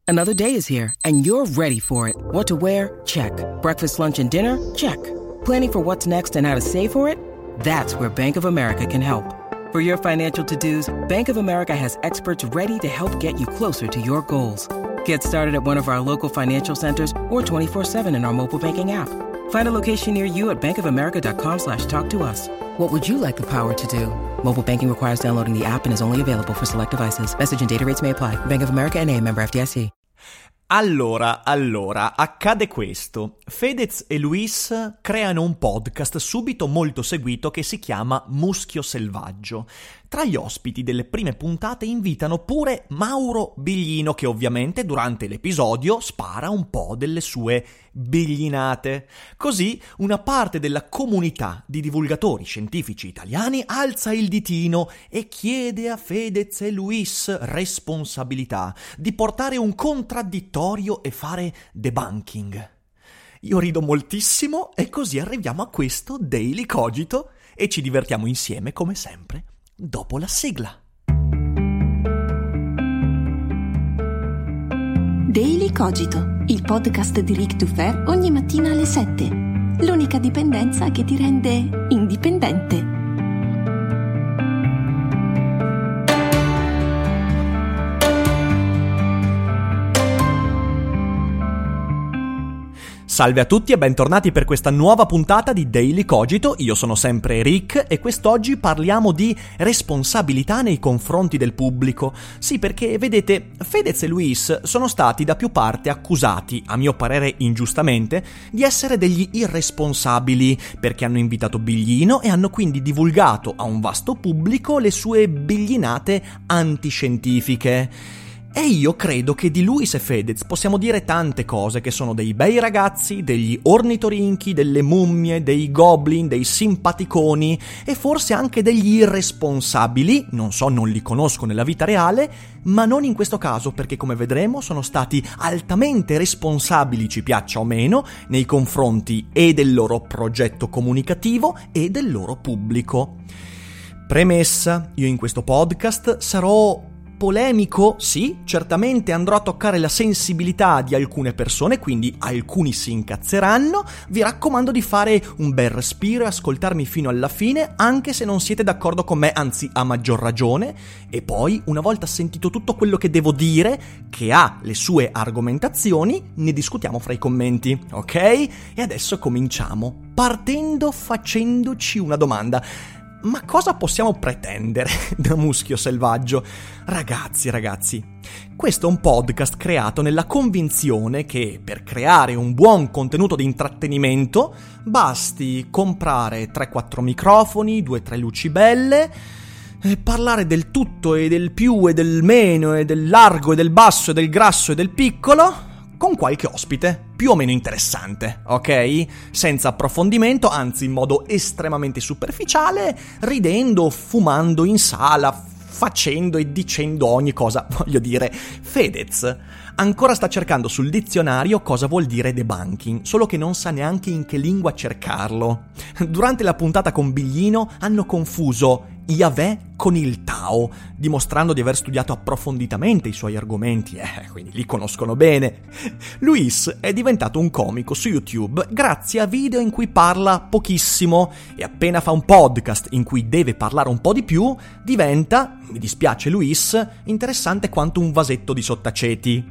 Another day is here, and you're ready for it. What to wear? Check. Breakfast, lunch, and dinner? Check. Planning for what's next and how to save for it? That's where Bank of America can help. For your financial to-dos, Bank of America has experts ready to help get you closer to your goals. Get started at one of our local financial centers or 24/7 in our mobile banking app. Find a location near you at bankofamerica.com/talktous. What would you like the power to do? Mobile banking requires downloading the app and is only available for select devices. Message and data rates may apply. Bank of America N.A., member FDIC. Allora, accade questo. Fedez e Luis creano un podcast subito molto seguito che si chiama Muschio Selvaggio. Tra gli ospiti delle prime puntate invitano pure Mauro Biglino, che ovviamente durante l'episodio spara un po' delle sue biglinate. Così una parte della comunità di divulgatori scientifici italiani alza il ditino e chiede a Fedez e Luis responsabilità di portare un contraddittorio e fare debunking. Io rido moltissimo e così arriviamo a questo Daily Cogito e ci divertiamo insieme come sempre dopo la sigla. Daily Cogito, il podcast di Rick Dufer ogni mattina alle 7. L'unica dipendenza che ti rende indipendente. Salve a tutti e bentornati per questa nuova puntata di Daily Cogito. Io sono sempre Rick e quest'oggi parliamo di responsabilità nei confronti del pubblico. Sì, perché vedete, Fedez e Luis sono stati da più parti accusati, a mio parere ingiustamente, di essere degli irresponsabili perché hanno invitato Biglino e hanno quindi divulgato a un vasto pubblico le sue biglinate antiscientifiche. E io credo che di Luis e Fedez possiamo dire tante cose, che sono dei bei ragazzi, degli ornitorinchi, delle mummie, dei goblin, dei simpaticoni e forse anche degli irresponsabili, non so, non li conosco nella vita reale, ma non in questo caso perché come vedremo sono stati altamente responsabili, ci piaccia o meno, nei confronti e del loro progetto comunicativo e del loro pubblico. Premessa, io in questo podcast sarò polemico, sì, certamente andrò a toccare la sensibilità di alcune persone, quindi alcuni si incazzeranno. Vi raccomando di fare un bel respiro e ascoltarmi fino alla fine, anche se non siete d'accordo con me, anzi a maggior ragione. E poi, una volta sentito tutto quello che devo dire, che ha le sue argomentazioni, ne discutiamo fra i commenti, ok? E adesso cominciamo, partendo facendoci una domanda. Ma cosa possiamo pretendere da Muschio Selvaggio? Ragazzi, questo è un podcast creato nella convinzione che per creare un buon contenuto di intrattenimento basti comprare 3-4 microfoni, 2-3 luci belle, parlare del tutto e del più e del meno e del largo e del basso e del grasso e del piccolo con qualche ospite più o meno interessante, ok? Senza approfondimento, anzi in modo estremamente superficiale, ridendo, fumando in sala, facendo e dicendo ogni cosa. Voglio dire, Fedez ancora sta cercando sul dizionario cosa vuol dire debunking, solo che non sa neanche in che lingua cercarlo. Durante la puntata con Biglino hanno confuso Yahweh con il Tao, dimostrando di aver studiato approfonditamente i suoi argomenti, quindi li conoscono bene. Luis è diventato un comico su YouTube grazie a video in cui parla pochissimo e appena fa un podcast in cui deve parlare un po' di più, diventa, mi dispiace Luis, interessante quanto un vasetto di sottaceti.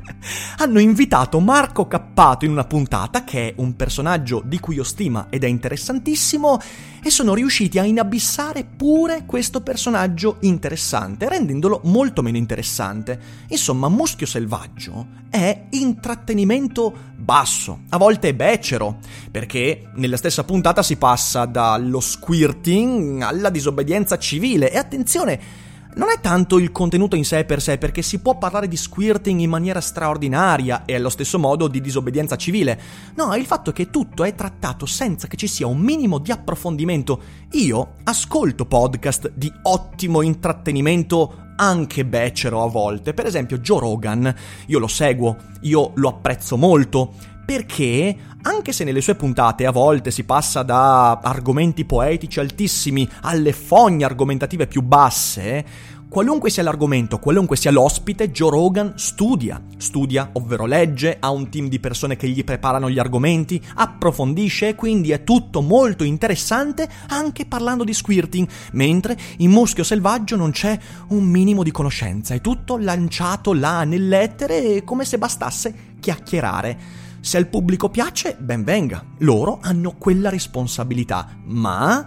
Hanno invitato Marco Cappato in una puntata, che è un personaggio di cui ho stima ed è interessantissimo, e sono riusciti a inabissare pure questo personaggio interessante, rendendolo molto meno interessante. Insomma, Muschio Selvaggio è intrattenimento basso, a volte è becero, perché nella stessa puntata si passa dallo squirting alla disobbedienza civile. E attenzione, non è tanto il contenuto in sé per sé, perché si può parlare di squirting in maniera straordinaria e allo stesso modo di disobbedienza civile. No, il fatto è che tutto è trattato senza che ci sia un minimo di approfondimento. Io ascolto podcast di ottimo intrattenimento, anche becero a volte. Per esempio Joe Rogan, io lo seguo, io lo apprezzo molto, perché anche se nelle sue puntate a volte si passa da argomenti poetici altissimi alle fogne argomentative più basse, qualunque sia l'argomento, qualunque sia l'ospite, Joe Rogan studia, ovvero legge, ha un team di persone che gli preparano gli argomenti, approfondisce e quindi è tutto molto interessante anche parlando di squirting, mentre in Muschio Selvaggio non c'è un minimo di conoscenza, è tutto lanciato là nell'etere come se bastasse chiacchierare. Se al pubblico piace, ben venga, loro hanno quella responsabilità, ma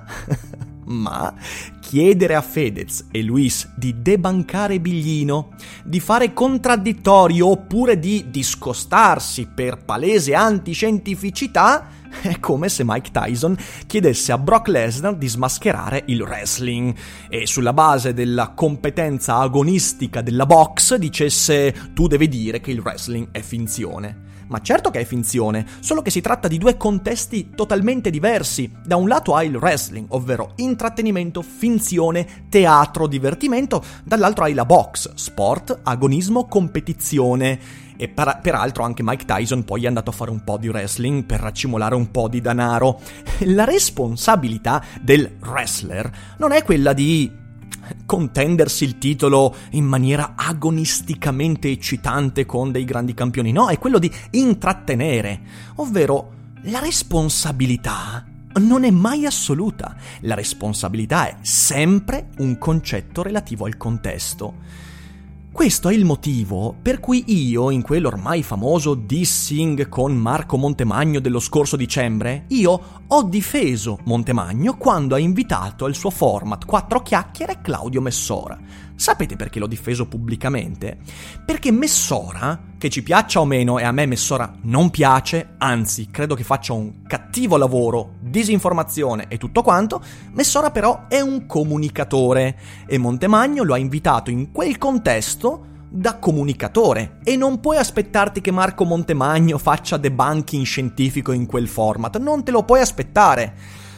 chiedere a Fedez e Luis di debancare Biglino, di fare contraddittorio oppure di discostarsi per palese antiscientificità è come se Mike Tyson chiedesse a Brock Lesnar di smascherare il wrestling e sulla base della competenza agonistica della box dicesse tu devi dire che il wrestling è finzione. Ma certo che è finzione, solo che si tratta di due contesti totalmente diversi. Da un lato hai il wrestling, ovvero intrattenimento, finzione, teatro, divertimento, dall'altro hai la box, sport, agonismo, competizione. E peraltro anche Mike Tyson poi è andato a fare un po' di wrestling per raccimolare un po' di denaro. La responsabilità del wrestler non è quella di contendersi il titolo in maniera agonisticamente eccitante con dei grandi campioni, no, è quello di intrattenere, ovvero la responsabilità non è mai assoluta, la responsabilità è sempre un concetto relativo al contesto. Questo è il motivo per cui io, in quell'ormai famoso dissing con Marco Montemagno dello scorso dicembre, io ho difeso Montemagno quando ha invitato al suo format 4 chiacchiere Claudio Messora. Sapete perché l'ho difeso pubblicamente? Perché Messora, che ci piaccia o meno, e a me Messora non piace, anzi credo che faccia un cattivo lavoro, disinformazione e tutto quanto, Messora però è un comunicatore e Montemagno lo ha invitato in quel contesto da comunicatore e non puoi aspettarti che Marco Montemagno faccia debunking scientifico in quel format, non te lo puoi aspettare.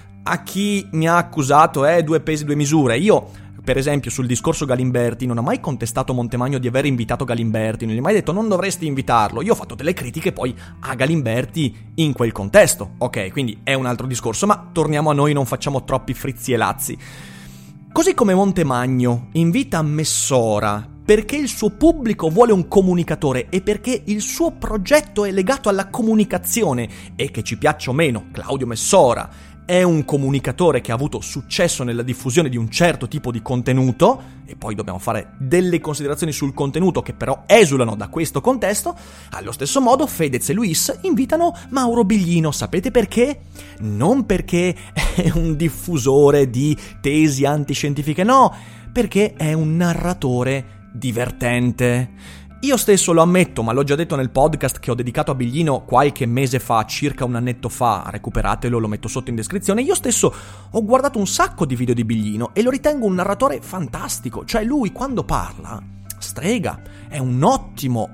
A chi mi ha accusato due pesi due misure, io per esempio sul discorso Galimberti non ho mai contestato Montemagno di aver invitato Galimberti, non gli ho mai detto non dovresti invitarlo, io ho fatto delle critiche poi a Galimberti in quel contesto, ok, quindi è un altro discorso, ma torniamo a noi, non facciamo troppi frizzi e lazzi. Così come Montemagno invita Messora perché il suo pubblico vuole un comunicatore e perché il suo progetto è legato alla comunicazione e che ci piaccia o meno, Claudio Messora è un comunicatore che ha avuto successo nella diffusione di un certo tipo di contenuto, e poi dobbiamo fare delle considerazioni sul contenuto che però esulano da questo contesto, allo stesso modo Fedez e Luis invitano Mauro Biglino. Sapete perché? Non perché è un diffusore di tesi antiscientifiche, no, perché è un narratore divertente. Io stesso lo ammetto, ma l'ho già detto nel podcast che ho dedicato a Biglino qualche mese fa, circa un annetto fa, recuperatelo, lo metto sotto in descrizione. Io stesso ho guardato un sacco di video di Biglino e lo ritengo un narratore fantastico, cioè lui quando parla, strega, è un ottimo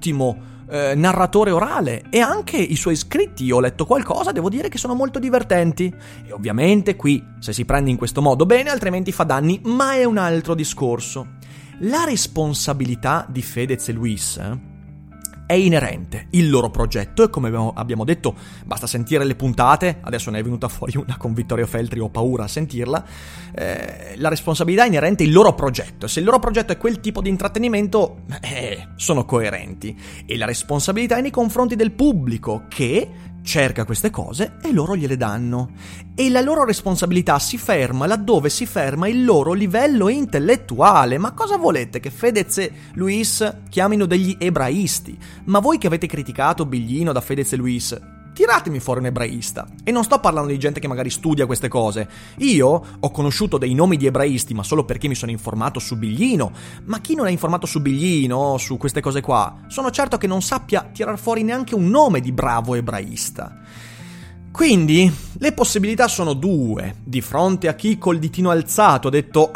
narratore orale e anche i suoi scritti, io ho letto qualcosa, devo dire che sono molto divertenti e ovviamente qui se si prende in questo modo bene, altrimenti fa danni, ma è un altro discorso. La responsabilità di Fedez e Luis è inerente, il loro progetto, e come abbiamo detto basta sentire le puntate, adesso ne è venuta fuori una con Vittorio Feltri, ho paura a sentirla, la responsabilità è inerente il loro progetto, e se il loro progetto è quel tipo di intrattenimento, sono coerenti, e la responsabilità è nei confronti del pubblico che cerca queste cose e loro gliele danno. E la loro responsabilità si ferma laddove si ferma il loro livello intellettuale. Ma cosa volete che Fedez e Luis chiamino degli ebraisti? Ma voi che avete criticato Biglino da Fedez e Luis, tiratemi fuori un ebraista. E non sto parlando di gente che magari studia queste cose. Io ho conosciuto dei nomi di ebraisti, ma solo perché mi sono informato su Biglino. Ma chi non è informato su Biglino, su queste cose qua, sono certo che non sappia tirar fuori neanche un nome di bravo ebraista. Quindi, le possibilità sono due. Di fronte a chi col ditino alzato ha detto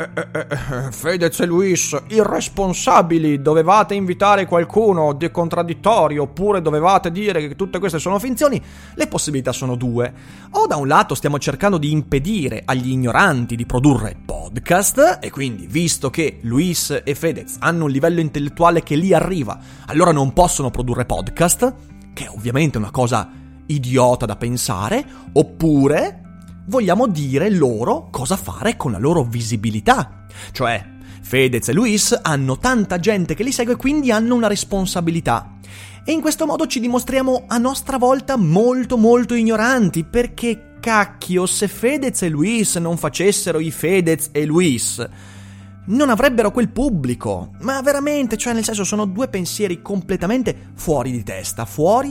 Fedez e Luis, irresponsabili, dovevate invitare qualcuno di contraddittorio oppure dovevate dire che tutte queste sono finzioni, le possibilità sono due. O da un lato stiamo cercando di impedire agli ignoranti di produrre podcast e quindi, visto che Luis e Fedez hanno un livello intellettuale che lì arriva, allora non possono produrre podcast, che è ovviamente una cosa idiota da pensare, oppure vogliamo dire loro cosa fare con la loro visibilità. Cioè, Fedez e Luis hanno tanta gente che li segue, quindi hanno una responsabilità. E in questo modo ci dimostriamo a nostra volta molto molto ignoranti, perché cacchio, se Fedez e Luis non facessero i Fedez e Luis, non avrebbero quel pubblico. Ma veramente, cioè nel senso, sono due pensieri completamente fuori di testa.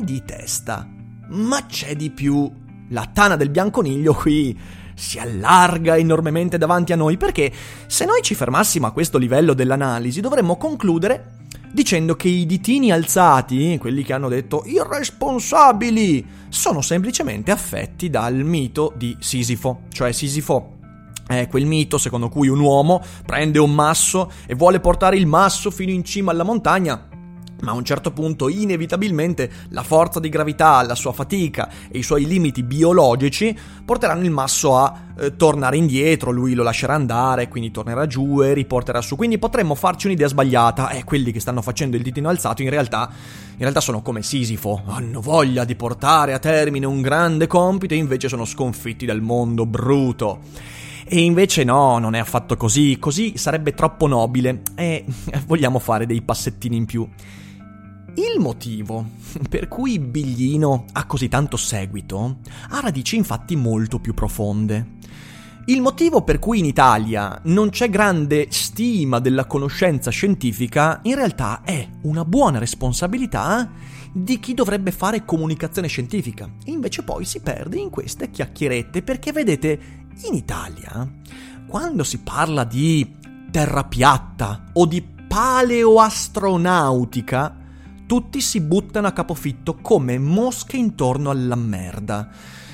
Ma c'è di più. La tana del bianconiglio qui si allarga enormemente davanti a noi, perché se noi ci fermassimo a questo livello dell'analisi dovremmo concludere dicendo che i ditini alzati, quelli che hanno detto irresponsabili, sono semplicemente affetti dal mito di Sisifo. Cioè Sisifo è quel mito secondo cui un uomo prende un masso e vuole portare il masso fino in cima alla montagna, ma a un certo punto inevitabilmente la forza di gravità, la sua fatica e i suoi limiti biologici porteranno il masso a tornare indietro, lui lo lascerà andare, quindi tornerà giù e riporterà su. Quindi potremmo farci un'idea sbagliata, quelli che stanno facendo il ditino alzato in realtà sono come Sisifo, hanno voglia di portare a termine un grande compito e invece sono sconfitti dal mondo bruto. E invece no, non è affatto così sarebbe troppo nobile e vogliamo fare dei passettini in più. Il motivo per cui Biglino ha così tanto seguito ha radici infatti molto più profonde. Il motivo per cui in Italia non c'è grande stima della conoscenza scientifica in realtà è una buona responsabilità di chi dovrebbe fare comunicazione scientifica. E invece poi si perde in queste chiacchierette, perché vedete, in Italia, quando si parla di terra piatta o di paleoastronautica, tutti si buttano a capofitto come mosche intorno alla merda.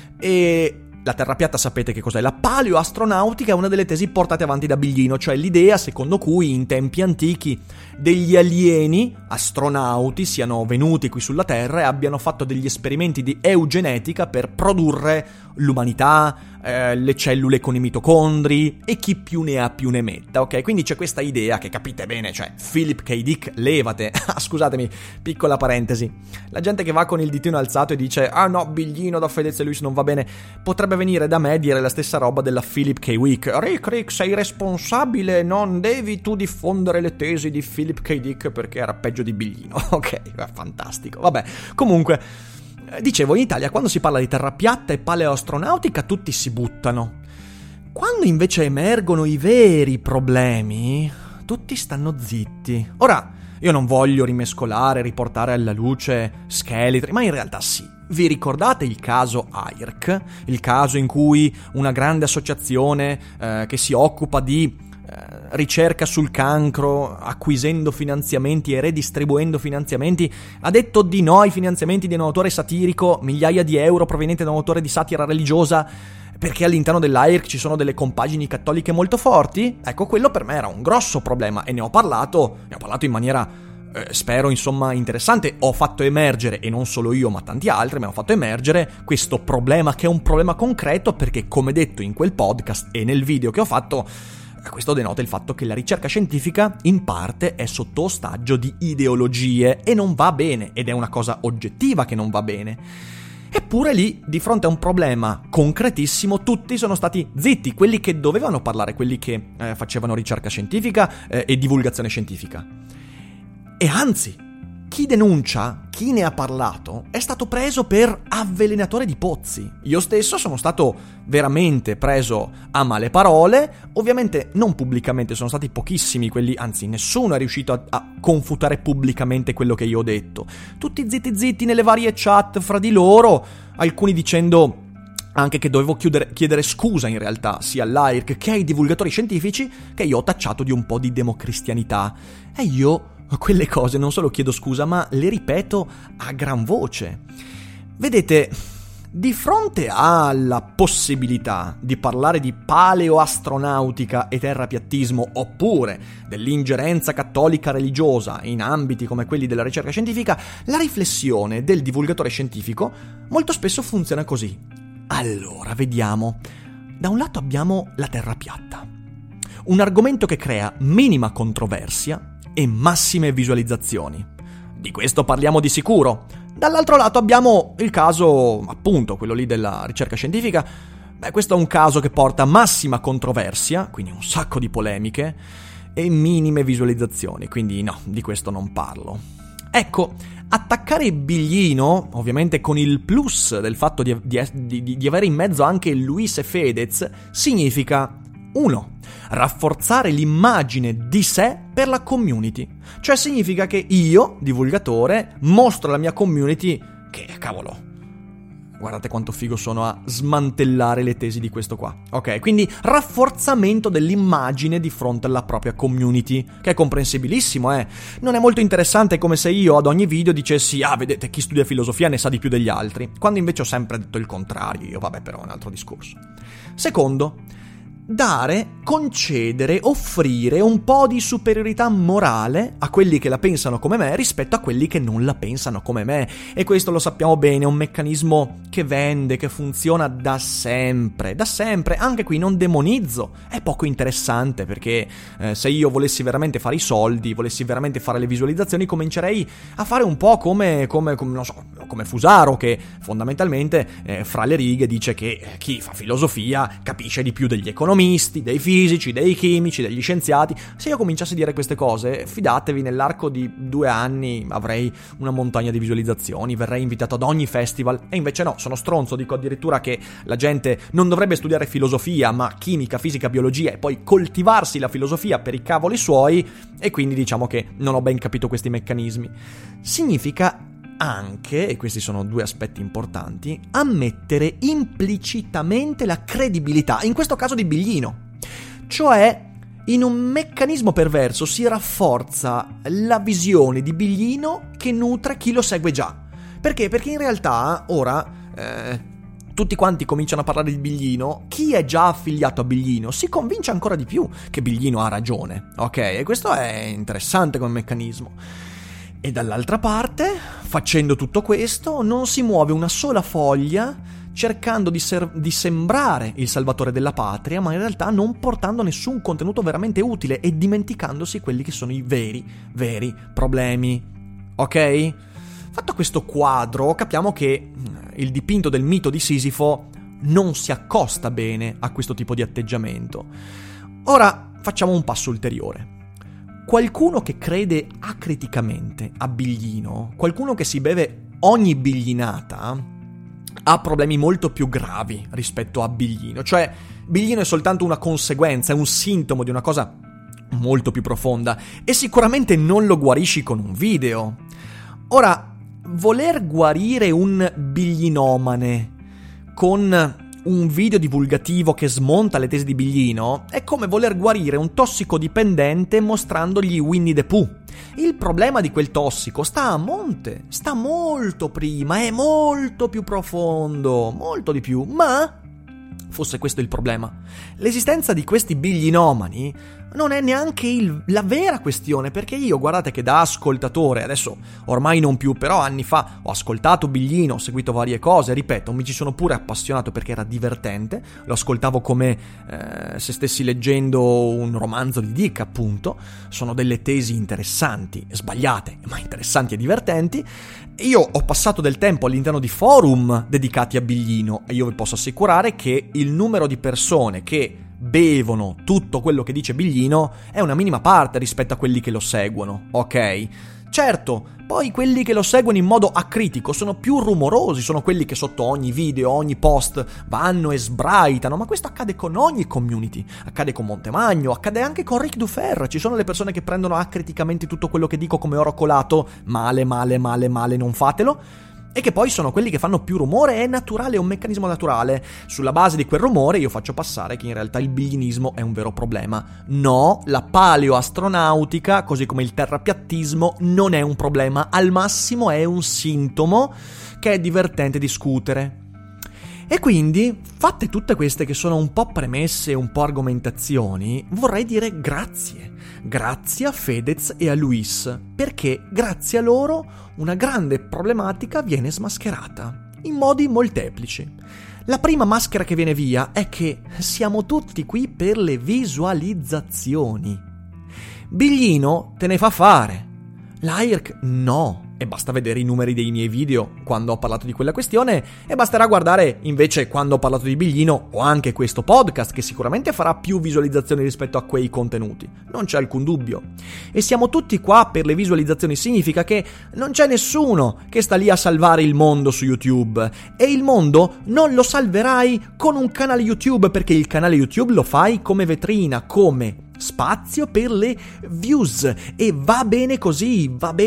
E la terra piatta sapete che cos'è? La paleoastronautica è una delle tesi portate avanti da Biglino, cioè l'idea secondo cui in tempi antichi degli alieni astronauti siano venuti qui sulla Terra e abbiano fatto degli esperimenti di eugenetica per produrre l'umanità, le cellule con i mitocondri e chi più ne ha più ne metta, ok? Quindi c'è questa idea che capite bene, cioè Philip K. Dick, levate. Scusatemi, piccola parentesi. La gente che va con il ditino alzato e dice ah no, Biglino da Fedez e Luis non va bene, potrebbe venire da me e dire la stessa roba della Philip K. Dick. Rick, sei responsabile, non devi tu diffondere le tesi di Philip K. Dick perché era peggio di Biglino. Ok, fantastico. Vabbè, comunque dicevo, in Italia quando si parla di terra piatta e paleoastronautica tutti si buttano. Quando invece emergono i veri problemi, tutti stanno zitti. Ora, io non voglio rimescolare, riportare alla luce scheletri, ma in realtà sì. Vi ricordate il caso AIRC? Il caso in cui una grande associazione che si occupa di ricerca sul cancro, acquisendo finanziamenti e redistribuendo finanziamenti, ha detto di no ai finanziamenti di un autore satirico, migliaia di euro provenienti da un autore di satira religiosa, perché all'interno dell'AIRC ci sono delle compagini cattoliche molto forti? Ecco, quello per me era un grosso problema e ne ho parlato in maniera spero insomma interessante. Ho fatto emergere, e non solo io ma tanti altri, ma ho fatto emergere questo problema, che è un problema concreto, perché come detto in quel podcast e nel video che ho fatto, questo denota il fatto che la ricerca scientifica in parte è sotto ostaggio di ideologie e non va bene, ed è una cosa oggettiva che non va bene. Eppure lì, di fronte a un problema concretissimo, tutti sono stati zitti, quelli che dovevano parlare, quelli che facevano ricerca scientifica e divulgazione scientifica. E anzi, chi denuncia, chi ne ha parlato, è stato preso per avvelenatore di pozzi. Io stesso sono stato veramente preso a male parole, ovviamente non pubblicamente, sono stati pochissimi quelli, anzi nessuno è riuscito a confutare pubblicamente quello che io ho detto. Tutti zitti nelle varie chat fra di loro, alcuni dicendo anche che dovevo chiedere scusa in realtà sia all'AIRC che ai divulgatori scientifici, che io ho tacciato di un po' di democristianità. E io quelle cose non solo chiedo scusa, ma le ripeto a gran voce. Vedete, di fronte alla possibilità di parlare di paleoastronautica e terrapiattismo, oppure dell'ingerenza cattolica religiosa in ambiti come quelli della ricerca scientifica, la riflessione del divulgatore scientifico molto spesso funziona così. Allora, vediamo. Da un lato abbiamo la terra piatta, un argomento che crea minima controversia e massime visualizzazioni. Di questo parliamo di sicuro. Dall'altro lato abbiamo il caso, appunto, quello lì della ricerca scientifica. Questo è un caso che porta massima controversia, quindi un sacco di polemiche, e minime visualizzazioni, quindi no, di questo non parlo. Ecco, attaccare Biglino, ovviamente con il plus del fatto di avere in mezzo anche Luis e Fedez, significa 1. Rafforzare l'immagine di sé per la community. Cioè significa che io, divulgatore, mostro alla mia community che, cavolo, guardate quanto figo sono a smantellare le tesi di questo qua. Ok, quindi rafforzamento dell'immagine di fronte alla propria community, che è comprensibilissimo, Non è molto interessante come se io ad ogni video dicessi vedete, chi studia filosofia ne sa di più degli altri, quando invece ho sempre detto il contrario, vabbè, però è un altro discorso. Secondo, dare, concedere, offrire un po' di superiorità morale a quelli che la pensano come me rispetto a quelli che non la pensano come me. E questo lo sappiamo bene, è un meccanismo che vende, che funziona da sempre, anche qui non demonizzo, è poco interessante perché se io volessi veramente fare i soldi, volessi veramente fare le visualizzazioni, comincerei a fare un po' come non so, come Fusaro, che fondamentalmente fra le righe dice che chi fa filosofia capisce di più degli economisti, dei fisici, dei chimici, degli scienziati. Se io cominciassi a dire queste cose, fidatevi, nell'arco di 2 anni avrei una montagna di visualizzazioni, verrei invitato ad ogni festival, e invece no, sono stronzo, dico addirittura che la gente non dovrebbe studiare filosofia, ma chimica, fisica, biologia, e poi coltivarsi la filosofia per i cavoli suoi, e quindi diciamo che non ho ben capito questi meccanismi. Significa anche, e questi sono 2 aspetti importanti, ammettere implicitamente la credibilità, in questo caso di Biglino. Cioè, in un meccanismo perverso si rafforza la visione di Biglino che nutre chi lo segue già. Perché? Perché in realtà ora tutti quanti cominciano a parlare di Biglino, chi è già affiliato a Biglino si convince ancora di più che Biglino ha ragione, ok? E questo è interessante come meccanismo. E dall'altra parte, facendo tutto questo, non si muove una sola foglia cercando di sembrare il salvatore della patria, ma in realtà non portando nessun contenuto veramente utile e dimenticandosi quelli che sono i veri problemi. Ok? Fatto questo quadro, capiamo che il dipinto del mito di Sisifo non si accosta bene a questo tipo di atteggiamento. Ora facciamo un passo ulteriore. Qualcuno che crede acriticamente a Biglino, qualcuno che si beve ogni biglinata, ha problemi molto più gravi rispetto a Biglino. Cioè, Biglino è soltanto una conseguenza, è un sintomo di una cosa molto più profonda, e sicuramente non lo guarisci con un video. Ora, voler guarire un biglinomane con un video divulgativo che smonta le tesi di Biglino è come voler guarire un tossicodipendente mostrandogli Winnie the Pooh. Il problema di quel tossico sta a monte, sta molto prima, è molto più profondo, molto di più, ma fosse questo il problema, l'esistenza di questi biglinomani non è neanche la vera questione, perché io, guardate che da ascoltatore, adesso ormai non più, però anni fa ho ascoltato Biglino, ho seguito varie cose, ripeto, mi ci sono pure appassionato perché era divertente, lo ascoltavo come se stessi leggendo un romanzo di Dick, appunto. Sono delle tesi interessanti, sbagliate, ma interessanti e divertenti. Io ho passato del tempo all'interno di forum dedicati a Biglino e io vi posso assicurare che il numero di persone che bevono tutto quello che dice Biglino è una minima parte rispetto a quelli che lo seguono, ok? Certo, poi quelli che lo seguono in modo acritico sono più rumorosi, sono quelli che sotto ogni video, ogni post vanno e sbraitano, ma questo accade con ogni community, accade con Montemagno, accade anche con Ric Dufer, ci sono le persone che prendono acriticamente tutto quello che dico come oro colato, male, non fatelo, e che poi sono quelli che fanno più rumore. È naturale, è un meccanismo naturale. Sulla base di quel rumore io faccio passare che in realtà il biglinismo è un vero problema. No, la paleoastronautica, così come il terrapiattismo, non è un problema, al massimo è un sintomo che è divertente discutere. E quindi, fatte tutte queste che sono un po' premesse, un po' argomentazioni, vorrei dire grazie. Grazie a Fedez e a Luis, perché grazie a loro una grande problematica viene smascherata, in modi molteplici. La prima maschera che viene via è che siamo tutti qui per le visualizzazioni. Biglino te ne fa fare, l'AIRC no, e basta vedere i numeri dei miei video quando ho parlato di quella questione, e basterà guardare invece quando ho parlato di Biglino o anche questo podcast, che sicuramente farà più visualizzazioni rispetto a quei contenuti, non c'è alcun dubbio. E siamo tutti qua per le visualizzazioni, significa che non c'è nessuno che sta lì a salvare il mondo su YouTube, e il mondo non lo salverai con un canale YouTube, perché il canale YouTube lo fai come vetrina, come spazio per le views, e va bene così,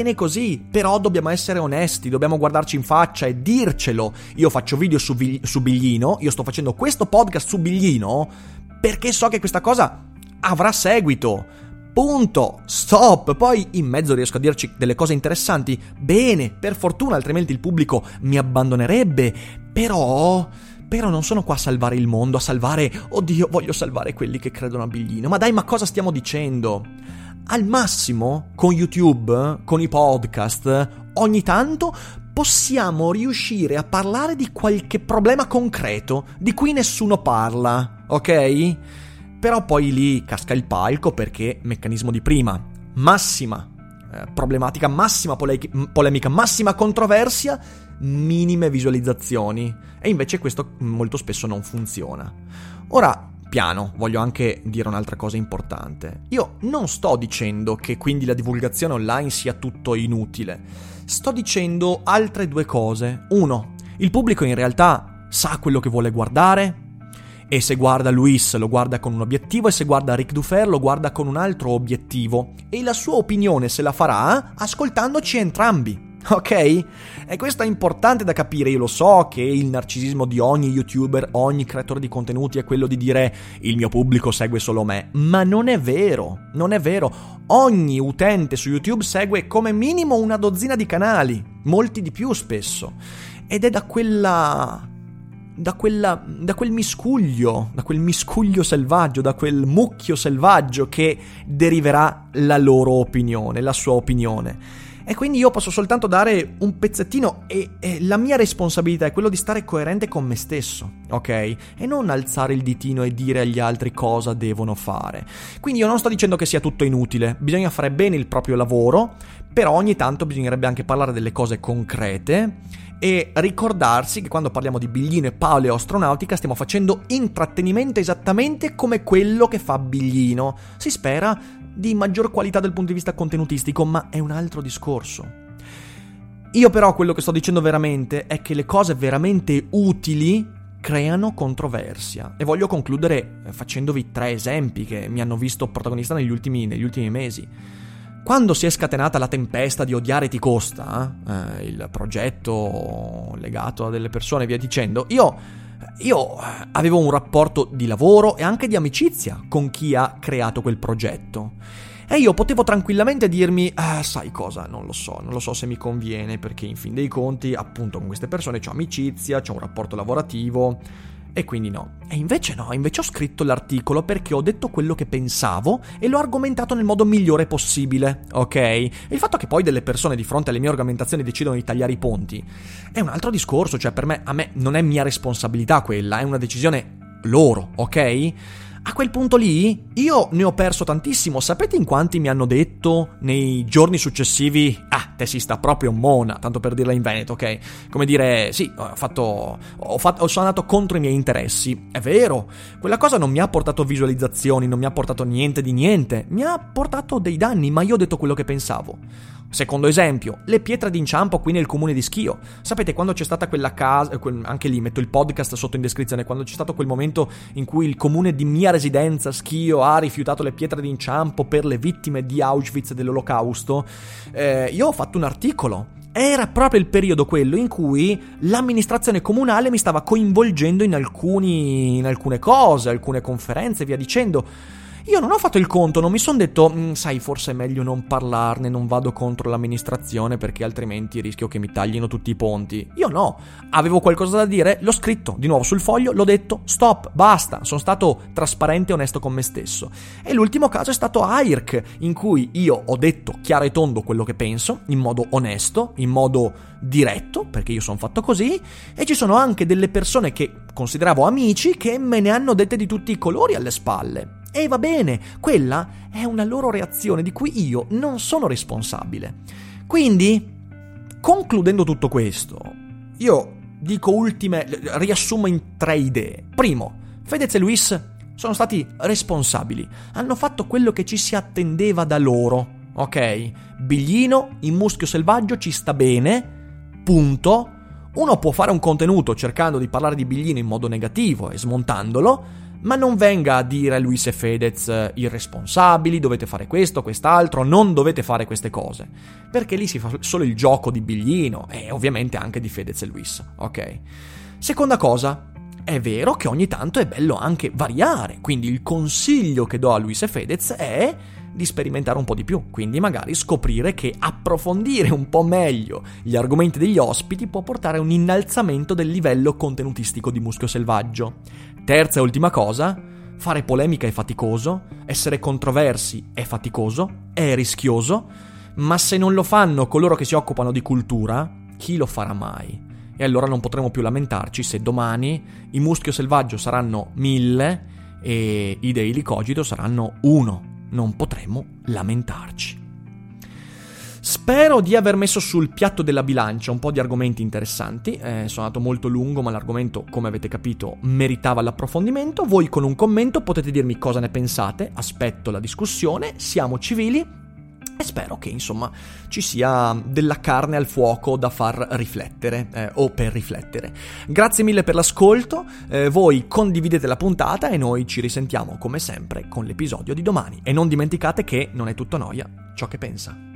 però dobbiamo essere onesti, dobbiamo guardarci in faccia e dircelo. Io faccio video su Biglino, io sto facendo questo podcast su Biglino perché so che questa cosa avrà seguito, punto, stop. Poi in mezzo riesco a dirci delle cose interessanti, bene, per fortuna, altrimenti il pubblico mi abbandonerebbe, però non sono qua a salvare il mondo, a salvare, oddio, voglio salvare quelli che credono a Biglino. Ma dai, ma cosa stiamo dicendo? Al massimo, con YouTube, con i podcast, ogni tanto possiamo riuscire a parlare di qualche problema concreto di cui nessuno parla, ok? Però poi lì casca il palco, perché meccanismo di prima, massima problematica, massima polemica, massima controversia, minime visualizzazioni, e invece questo molto spesso non funziona. Ora, piano, voglio anche dire un'altra cosa importante. Io non sto dicendo che quindi la divulgazione online sia tutto inutile, sto dicendo altre due cose. Uno, il pubblico in realtà sa quello che vuole guardare, e se guarda Luis lo guarda con un obiettivo, e se guarda Ric Dufer lo guarda con un altro obiettivo, e la sua opinione se la farà ascoltandoci entrambi, ok? E questo è importante da capire. Io lo so che il narcisismo di ogni youtuber, ogni creatore di contenuti è quello di dire il mio pubblico segue solo me, ma non è vero, non è vero. Ogni utente su YouTube segue come minimo una dozzina di canali, molti di più spesso, ed è da quel miscuglio selvaggio, da quel mucchio selvaggio che deriverà la loro opinione, la sua opinione. E quindi io posso soltanto dare un pezzettino, e la mia responsabilità è quello di stare coerente con me stesso, ok? E non alzare il ditino e dire agli altri cosa devono fare. Quindi io non sto dicendo che sia tutto inutile, bisogna fare bene il proprio lavoro, però ogni tanto bisognerebbe anche parlare delle cose concrete e ricordarsi che quando parliamo di Biglino e paleoastronautica stiamo facendo intrattenimento esattamente come quello che fa Biglino. Si spera di maggior qualità dal punto di vista contenutistico, ma è un altro discorso. Io però quello che sto dicendo veramente è che le cose veramente utili creano controversia, e voglio concludere facendovi 3 esempi che mi hanno visto protagonista negli ultimi mesi. Quando si è scatenata la tempesta di Odiare ti costa, il progetto legato a delle persone e via dicendo, io avevo un rapporto di lavoro e anche di amicizia con chi ha creato quel progetto, e io potevo tranquillamente dirmi sai cosa, non lo so se mi conviene, perché in fin dei conti appunto con queste persone c'ho amicizia, c'ho un rapporto lavorativo, e quindi no. E invece no, invece ho scritto l'articolo perché ho detto quello che pensavo e l'ho argomentato nel modo migliore possibile, ok? E il fatto che poi delle persone di fronte alle mie argomentazioni decidono di tagliare i ponti è un altro discorso, cioè a me non è mia responsabilità quella, è una decisione loro, ok? A quel punto lì io ne ho perso tantissimo. Sapete in quanti mi hanno detto nei giorni successivi te si sta proprio mona, tanto per dirla in veneto, ok? Come dire, sì, sono andato contro i miei interessi. È vero, quella cosa non mi ha portato visualizzazioni, non mi ha portato niente di niente, mi ha portato dei danni, ma io ho detto quello che pensavo. Secondo esempio, le pietre d'inciampo qui nel comune di Schio. Sapete quando c'è stata quella casa, anche lì metto il podcast sotto in descrizione, quando c'è stato quel momento in cui il comune di mia residenza, Schio, ha rifiutato le pietre d'inciampo per le vittime di Auschwitz e dell'Olocausto, io ho fatto un articolo. Era proprio il periodo quello in cui l'amministrazione comunale mi stava coinvolgendo in alcune cose, alcune conferenze e via dicendo. Io non ho fatto il conto, non mi sono detto sai, forse è meglio non parlarne, non vado contro l'amministrazione perché altrimenti rischio che mi taglino tutti i ponti. Io no, avevo qualcosa da dire, l'ho scritto di nuovo sul foglio, l'ho detto, stop, basta, sono stato trasparente e onesto con me stesso. E l'ultimo caso è stato AIRC, in cui io ho detto chiaro e tondo quello che penso, in modo onesto, in modo diretto, perché io sono fatto così, e ci sono anche delle persone che consideravo amici che me ne hanno dette di tutti i colori alle spalle. E va bene, quella è una loro reazione di cui io non sono responsabile. Quindi, concludendo tutto questo, io riassumo in 3 idee. Primo, Fedez e Luis sono stati responsabili, hanno fatto quello che ci si attendeva da loro, ok? Biglino in Muschio Selvaggio ci sta bene, punto. Uno può fare un contenuto cercando di parlare di Biglino in modo negativo e smontandolo, ma non venga a dire a Luis e Fedez irresponsabili, dovete fare questo, quest'altro, non dovete fare queste cose, perché lì si fa solo il gioco di Biglino e ovviamente anche di Fedez e Luis, ok? Seconda cosa, è vero che ogni tanto è bello anche variare, quindi il consiglio che do a Luis e Fedez è di sperimentare un po' di più, quindi magari scoprire che approfondire un po' meglio gli argomenti degli ospiti può portare a un innalzamento del livello contenutistico di Muschio Selvaggio. Terza e ultima cosa, fare polemica è faticoso, essere controversi è faticoso, è rischioso, ma se non lo fanno coloro che si occupano di cultura, chi lo farà mai? E allora non potremo più lamentarci se domani i Muschio Selvaggio saranno 1000 e i Daily Cogito saranno 1. Non potremo lamentarci. Spero di aver messo sul piatto della bilancia un po' di argomenti interessanti. Sono andato molto lungo, ma l'argomento, come avete capito, meritava l'approfondimento. Voi con un commento potete dirmi cosa ne pensate. Aspetto la discussione, siamo civili e spero che, insomma, ci sia della carne al fuoco da far riflettere, o per riflettere. Grazie mille per l'ascolto, voi condividete la puntata e noi ci risentiamo, come sempre, con l'episodio di domani. E non dimenticate che non è tutto noia ciò che pensa.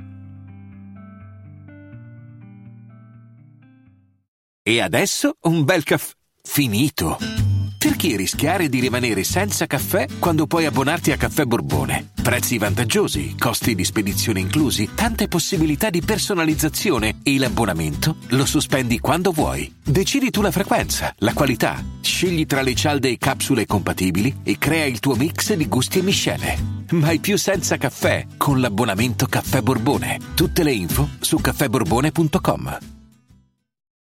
E adesso un bel caffè finito. Perché rischiare di rimanere senza caffè quando puoi abbonarti a Caffè Borbone? Prezzi vantaggiosi, costi di spedizione inclusi, tante possibilità di personalizzazione e l'abbonamento lo sospendi quando vuoi. Decidi tu la frequenza, la qualità, scegli tra le cialde e capsule compatibili e crea il tuo mix di gusti e miscele. Mai più senza caffè con l'abbonamento Caffè Borbone. Tutte le info su caffèborbone.com.